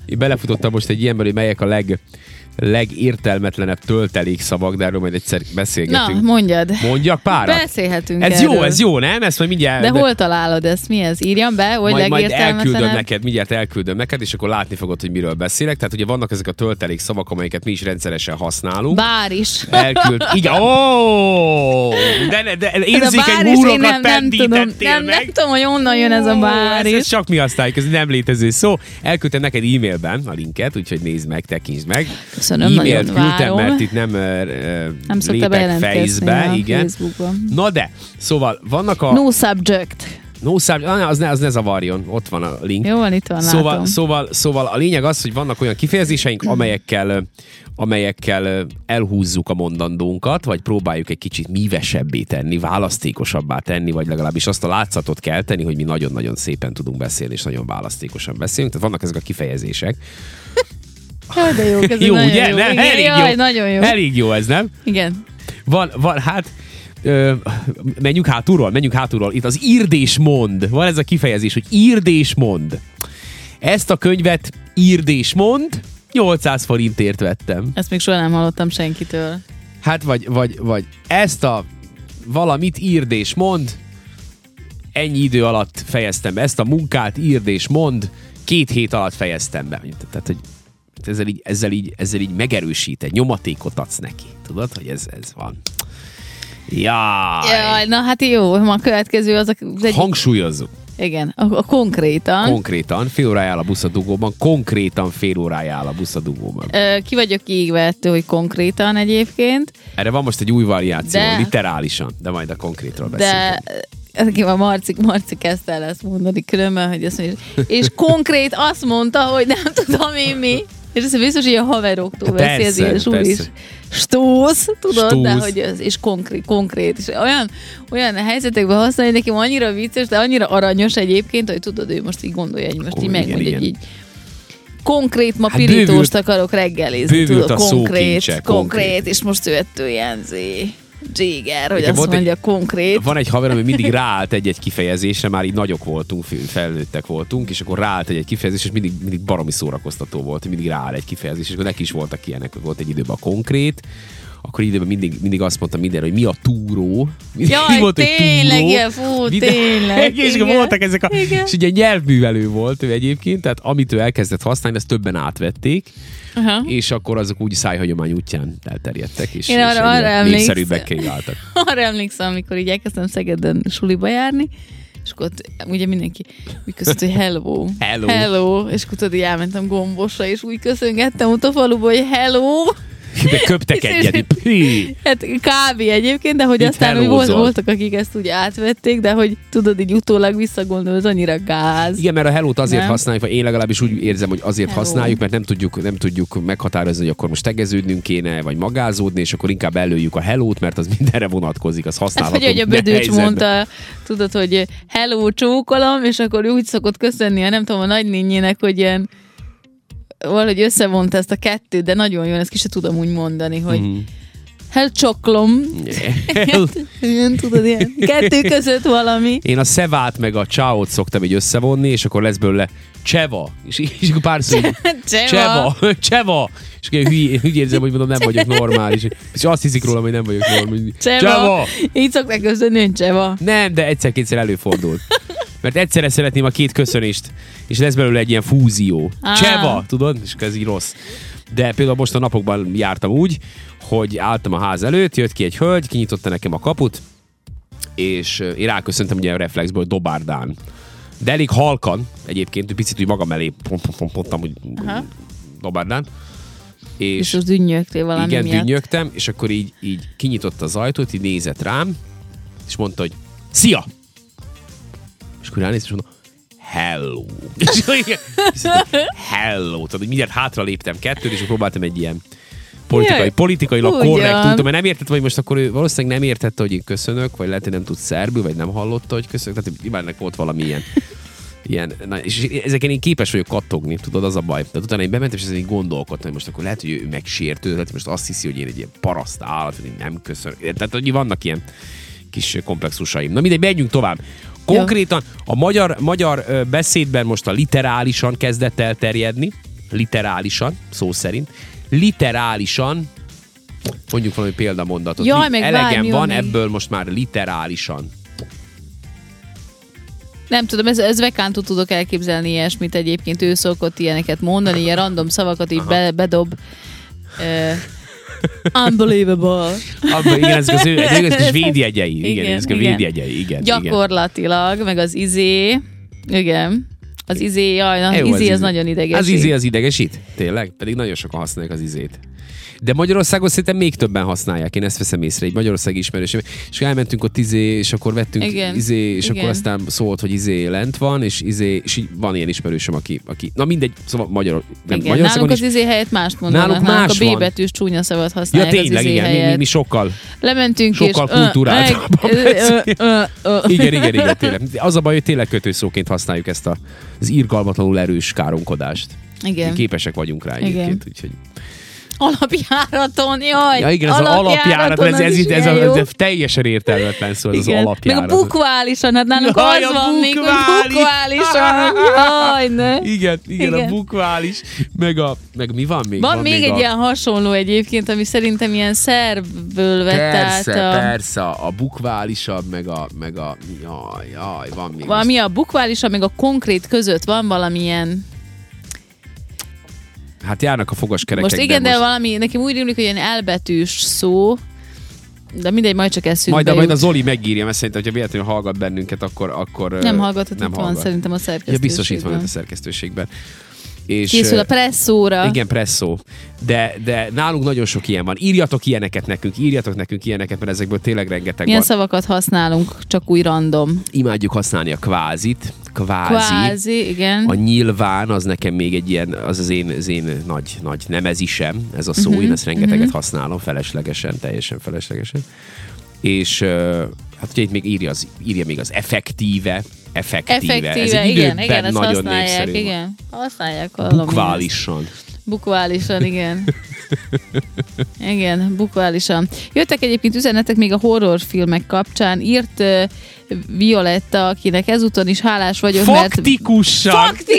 Én belefutottam most egy ilyenben, hogy melyek a legértelmetlenebb töltelékszavak, de erről majd egyszer beszélgetünk. Na, mondjad. Mondjak párat? Beszélhetünk ez jó, nem? Ezt majd mindjárt... De hol találod ezt? Mi ez? Írjam be, hogy legértelmetlenebb? Mindjárt elküldöm neked, és akkor látni fogod, hogy miről beszélek. Tehát ugye vannak ezek a töltelékszavak, amelyeket mi is rendszeresen használunk. Bár is. Igen, de érzékeny húrokat pendítettél meg. Nem tudom, hogy onnan jön ez a bár is. Ez csak mi aztán, ez nem létező szó. Elküldtem neked e-mailben a linket, úgyhogy nézd meg, tekintsd meg. Köszönöm, nagyon küldtem, mert itt nem lépek fejzbe. Igen. Na de, szóval vannak a... No subject. Az ne zavarjon, ott van a link. Jó van, itt van, látom. Szóval a lényeg az, hogy vannak olyan kifejezéseink, amelyekkel elhúzzuk a mondandónkat, vagy próbáljuk egy kicsit mívesebbé tenni, választékosabbá tenni, vagy legalábbis azt a látszatot kell tenni, hogy mi nagyon-nagyon szépen tudunk beszélni, és nagyon választékosan beszélünk. Tehát vannak ezek a kifejezések. Jaj, de jó, ez jó, nagyon ugye? jó. Igen, nagyon jó. Elég jó ez, nem? Igen. Van, hát menjünk hátulról. Itt az írd és mond. Van ez a kifejezés, hogy írd és mond. Ezt a könyvet írd és mond, 800 forintért vettem. Ezt még soha nem hallottam senkitől. Hát vagy ezt a valamit írd és mond, ennyi idő alatt fejeztem be. Ezt a munkát írd és mond, 2 hét alatt fejeztem be. Tehát, hogy ezzel így megerősít, egy nyomatékot adsz neki. Tudod, hogy ez van. Jaj, na hát jó, a következő az egy... Hangsúlyozzuk. Igen, a konkrétan. Konkrétan, fél órája áll a busz a dugóban, konkrétan fél órája áll a busz a dugóban. Ki vagyok kiégve ettől, hogy konkrétan egyébként. Erre van most egy új variáció, literálisan, de majd a konkrétról beszélünk. De Marci kezdte el ezt mondani különben, hogy azt mondja, és konkrét azt mondta, hogy nem tudom én mi. És ez biztos, hogy a haveroktól veszi, ez ilyen is stósz, tudod, de hogy ez, és konkrét. És olyan helyzetekben használni, nekem annyira vicces, de annyira aranyos egyébként, hogy tudod, ő most így gondolja, hogy most így megmondja, hogy így konkrét ma pirítóst akarok reggelizni, tudod, konkrét, és most ő ettől ilyen Jigger, hogy azt mondja konkrét. Van egy haver, ami mindig ráállt egy kifejezésre, már így nagyok voltunk, felnőttek voltunk, és akkor ráállt egy kifejezés, és mindig baromi szórakoztató volt, hogy mindig rááll egy kifejezés, és akkor neki is voltak ilyenek, hogy volt egy időben a konkrét, akkor időben mindig azt mondtam mindenre, hogy mi a túró. Jaj, volt, tényleg, tényleg. És akkor voltak ezek és ugye nyelvművelő volt ő egyébként, tehát amit ő elkezdett használni, ezt többen átvették, és akkor azok úgy szájhagyomány útján elterjedtek, és népszerűbbekké váltak. Arra emlékszem, amikor így elkezdtem Szegeden suliba járni, és akkor ugye mindenki úgy köszönt, hogy hello, és akkor tudod, így elmentem Gombosra, és úgy köszöngettem ott a faluba, hogy hello. De köptek egyet. Hát kb. Egyébként, de hogy aztán voltak, akik ezt úgy átvették, de hogy tudod, így utólag visszagondolni, az annyira gáz. Igen, mert a hello-t azért használjuk, vagy én legalábbis úgy érzem, hogy azért használjuk, mert nem tudjuk meghatározni, hogy akkor most tegeződnünk kéne, vagy magázódni, és akkor inkább előjük a hello-t, mert az mindenre vonatkozik, az használható. Hát, hogy a Bödöcs mondta, tudod, hogy hello, csókolom, és akkor úgy szokott köszönni, nem tudom, a nagynényének, hogy ilyen valahogy összevont ezt a kettőt, de nagyon jó, ezt ki se tudom úgy mondani, hogy csoklom. Ilyen, tudod, ilyen kettő között valami. Én a szevát meg a csáót szoktam így összevonni, és akkor lesz belőle cseva. És akkor párszor cseva. És úgy érzem, hogy mondom, nem vagyok normális. És azt hiszik rólam, hogy nem vagyok normális. Cseva. Így szokták köszönni, hogy cseva. Nem, de egyszer-kétszer előfordul. Mert egyszerre szeretném a 2 köszönést, és lesz belőle egy ilyen fúzió. Cseva, tudod? És ez így rossz. De például most a napokban jártam úgy, hogy álltam a ház előtt, jött ki egy hölgy, kinyitotta nekem a kaput, és én ráköszöntem ugye a reflexből dobárdán. De elég halkan, egyébként, picit úgy magam elé mondtam, hogy dobárdán. És az dünnyögtél valami miatt. Igen, dünnyögtem, és akkor így kinyitotta az ajtót, így nézett rám, és mondta, hogy szia! És akkor ránéztem, és mondom, hello. Hello. Tehát mindjárt hátra léptem 2, és próbáltam egy ilyen politikailag korrekt tudtam, mert nem értett, vagy most akkor ő valószínűleg nem értette, hogy én köszönök, vagy lehet, hogy nem tud szerbül, vagy nem hallotta, hogy köszönök. Tehát nyilván volt valami ilyen na, és ezeken én képes vagyok kattogni, tudod, az a baj. Tehát utána én bementem, és ezen így gondolkodtam, hogy most akkor lehet, hogy ő megsértődött, lehet, hogy most azt hiszi, hogy én egy ilyen paraszt állat, hogy én nem köszönök. Tehát, hogy vannak ilyen kis komplexusaim. Na mindegy, menjünk tovább. Konkrétan a magyar beszédben most a literálisan kezdett el terjedni, literálisan, szó szerint, literálisan, mondjuk valami példamondatot. Jaj, meg elegem várj, van, még. ebből most már literálisan. Nem tudom, ez Vekántól tudok elképzelni ilyesmit egyébként, ő szokott ilyeneket mondani, ilyen random szavakat így bedob. Unbelievable. Igen, ezek az ő kis védjegyei. Igen, ezek a védjegyei. Igen, gyakorlatilag, meg az izé. Igen. Az izé, jaj, izé az nagyon idegesít. Az izé az idegesít, tényleg? Pedig nagyon sokan használják az izét. De Magyarországon szerintem még többen használják, én ezt veszem észre, egy Magyarország ismerősöm. És elmentünk ott és akkor vettünk és akkor aztán szólt, hogy lent van, és és van ilyen ismerősöm, aki na mindegy, szóval Magyarországon nálunk az helyett mást mondanak. Nálunk a B betűs csúnya szavat használják tényleg, az helyett. Mi sokkal lementünk sokkal kultúráltabban Igen, tényleg. Az a baj, hogy tényleg kötőszóként használjuk ezt az irgalmatlanul erős káromkodást. Igen. Képesek vagyunk rá egyébként, úgyhogy alapjáraton, jaj! Ja, igen, ez az alapjáraton, ez teljesen értelmetlen szó, ez az alapjáraton. Meg a bukválisan, hát nálunk az van még, hogy bukválisan. Jaj, ne! Igen, a bukvális, meg mi van még? Van még egy ilyen hasonló egyébként, ami szerintem ilyen szerbből vett át. Persze, a bukválisabb, meg a jaj, van még. Valami a bukválisabb, meg a konkrét között van valamilyen. Hát járnak a fogaskerekek. Most igen, de valami, nekem úgy rémlik, hogy ilyen elbetűs szó, de mindegy, majd csak eszünkbe majd a Zoli megírja, mert szerintem, hogyha véletlenül hallgat bennünket, akkor nem hallgathat, itt van szerintem a szerkesztőségben. Ja, biztos itt van a szerkesztőségben. És készül a presszóra. Igen, presszó. De nálunk nagyon sok ilyen van. Írjatok nekünk ilyeneket, mert ezekből tényleg rengeteg milyen van. Szavakat használunk, csak úgy random. Imádjuk használni a kvázit. Kvázi, igen. A nyilván, az nekem még egy ilyen, az én nagy nemezisem, ez a szó, én ezt rengeteget használom, teljesen feleslegesen. És hát ugye itt még írja még az effektíve. Ez egy igen, ezt nagyon használják, igen. Használják Bukválisan, igen. Igen, bukválisan. Jöttek egyébként üzenetek még a horrorfilmek kapcsán. Írt Violetta, akinek ezúton is hálás vagyok, Faktikusan,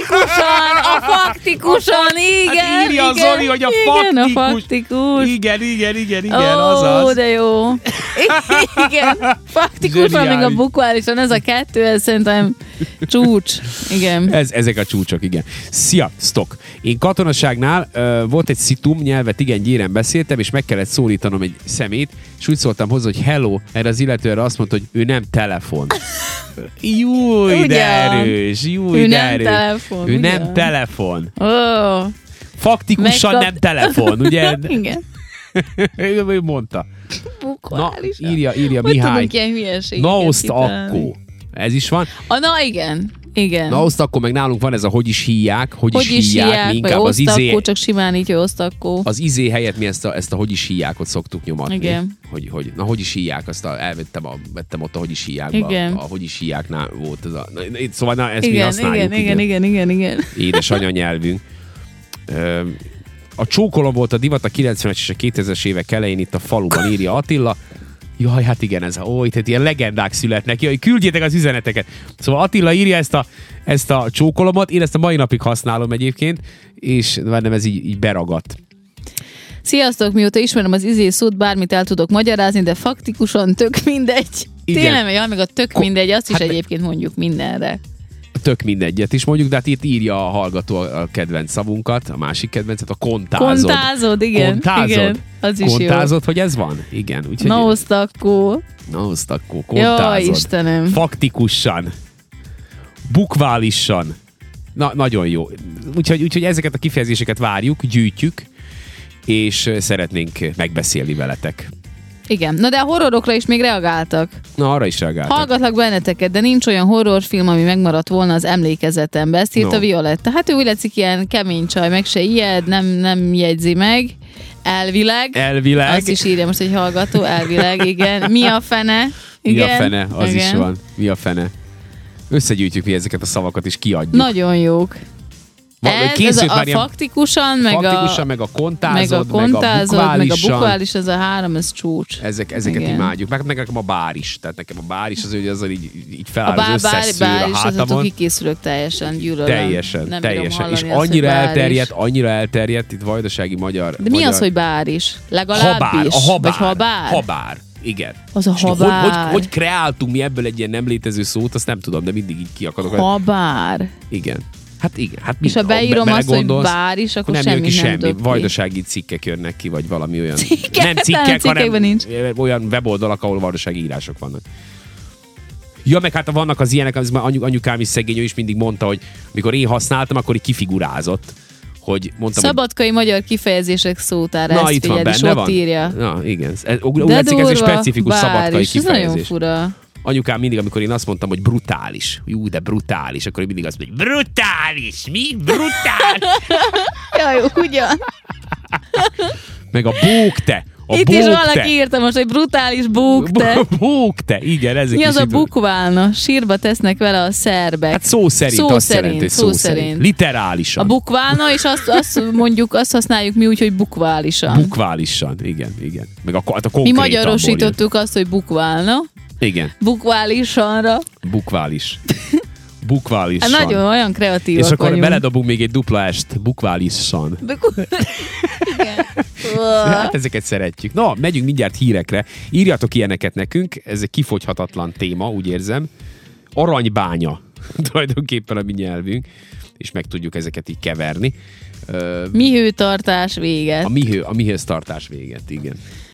igen. Hát írja igen, Zoli, hogy a faktikus. Igen, azaz. De jó. Igen, faktikusan, még a bukválisan, ez a kettő, ez szerintem csúcs. Igen. Ezek a csúcsok, igen. Sziasztok! Én katonaságnál volt egy szitum, nyelvet igen gyéren beszéltem, és meg kellett szólítanom egy szemét, és úgy szóltam hozzá, hogy hello, erre az illetőre azt mondta, hogy ő nem telefon. Júj, de erős, Ő nem telefon. Oh. Faktikusan nem telefon, ugye? Igen. Ő mondta. Na, írja hogy Mihály. tudunk ilyen hülyeségeket Na, azt akkor. Ez is van. Na, igen. Na, azt akkor meg nálunk van ez a hogy is hívják, mi inkább az izé. Csak simán így, hogy osztakkó. Az izé helyett mi ezt a hogy is hívjákot szoktuk nyomatni. Igen. Hogy is hívják, vettem ott a hogy is hívjákba. Igen. A hogy is hívjáknál volt ez szóval ezt mi használjuk. Igen. Édes anyanyelvünk. A csókolom volt a divat a 90-es és a 2000-es évek elején itt a faluban, írja Attila. Jaj, hát igen, itt ilyen legendák születnek. Jaj, küldjétek az üzeneteket. Szóval Attila írja ezt a csókolomot, én ezt a mai napig használom egyébként, és nem ez így beragadt. Sziasztok, mióta ismerem az izé szót, bármit el tudok magyarázni, de faktikusan tök mindegy. Tényleg, meg a tök mindegy, azt is egyébként mondjuk mindenre. Tök mindegyet is mondjuk, de hát itt írja a hallgató a kedvenc szavunkat, a másik kedvencet, a kontázod. Kontázod, igen. Igen, az is kontázod, hogy ez van? Igen. Na, osztakkó, kontázod. Jó, Istenem. Faktikusan. Bukválisan. Na, nagyon jó. Úgyhogy ezeket a kifejezéseket várjuk, gyűjtjük, és szeretnénk megbeszélni veletek. Igen, na de a horrorokra is még reagáltak. Na, arra is reagáltak. Hallgatlak benneteket, de nincs olyan horrorfilm, ami megmaradt volna az emlékezetembe. Ezt írta Violetta. Hát ő úgy látszik ilyen kemény csaj, meg se ijed, nem jegyzi meg. Elvileg. Azt is írja most, hogy hallgató. Elvileg, igen. Mi a fene? Igen. Mi a fene? Az igen. Is van. Mi a fene? Összegyűjtjük mi ezeket a szavakat, és kiadjuk. Nagyon jók. Készült a faktikusan, meg a kontázott, meg a bukvális, ez a három, ez csúcs. Ezeket imádjuk. Meg nekem a bár is. Tehát nekem a bár is az, hogy azzal így feláll az összes szőr a hátamon. A kikészülök teljesen, gyűlölöm. Teljesen. És annyira elterjedt itt vajdasági magyar. De mi az, hogy bár is? Legalábbis? Habár. Igen. Az a habár. Hogy kreáltunk mi ebből egy ilyen nem létező szót, azt nem tudom, de mindig így kiakadok. Habár. Igen. Hát igen. Hát és ha beírom azt, hogy bár is, akkor semmit nem dobok ki. Vajdasági cikkek jönnek ki, vagy valami olyan. Nem cikkek, hanem nincs. Olyan weboldalak, ahol vajdasági írások vannak. Ja, meg hát vannak az ilyenek, az anyukám is szegény, ő is mindig mondta, hogy mikor én használtam, akkor így kifigurázott. Hogy mondtam, szabadkai magyar kifejezések szótára, na, ezt figyeld, és ott írja. Na, igen. Ez egy specifikus szabadkai kifejezés. Ez nagyon fura. Anyukám mindig, amikor én azt mondtam, hogy brutális. Jú, de brutális. Akkor mindig azt mondja, hogy brutális! Mi? Brutális! Jaj, ugyan. Meg a búgte. Itt is valaki írta most, hogy brutális búgte. Búgte, igen. Ezek mi az a bukválna? Sírba tesznek vele a szerbek. Hát szó szerint jelenti, hogy szó szerint. Literálisan. A bukválna, és azt használjuk mi úgy, hogy bukválisan. Bukválisan, igen. Meg a konkrét. Mi magyarosítottuk azt, hogy bukválna. Igen. Bukválisanra. Bukválisan. Hát nagyon olyan kreatívak és akkor vagyunk. beledobunk még egy dupla S-t. Bukválisan. Igen. Hát ezeket szeretjük. Na, megyünk mindjárt hírekre. Írjatok ilyeneket nekünk, ez egy kifogyhatatlan téma, úgy érzem. Aranybánya tulajdonképpen a mi nyelvünk, és meg tudjuk ezeket így keverni. Mihőtartás véget. A mihőztartás véget, igen.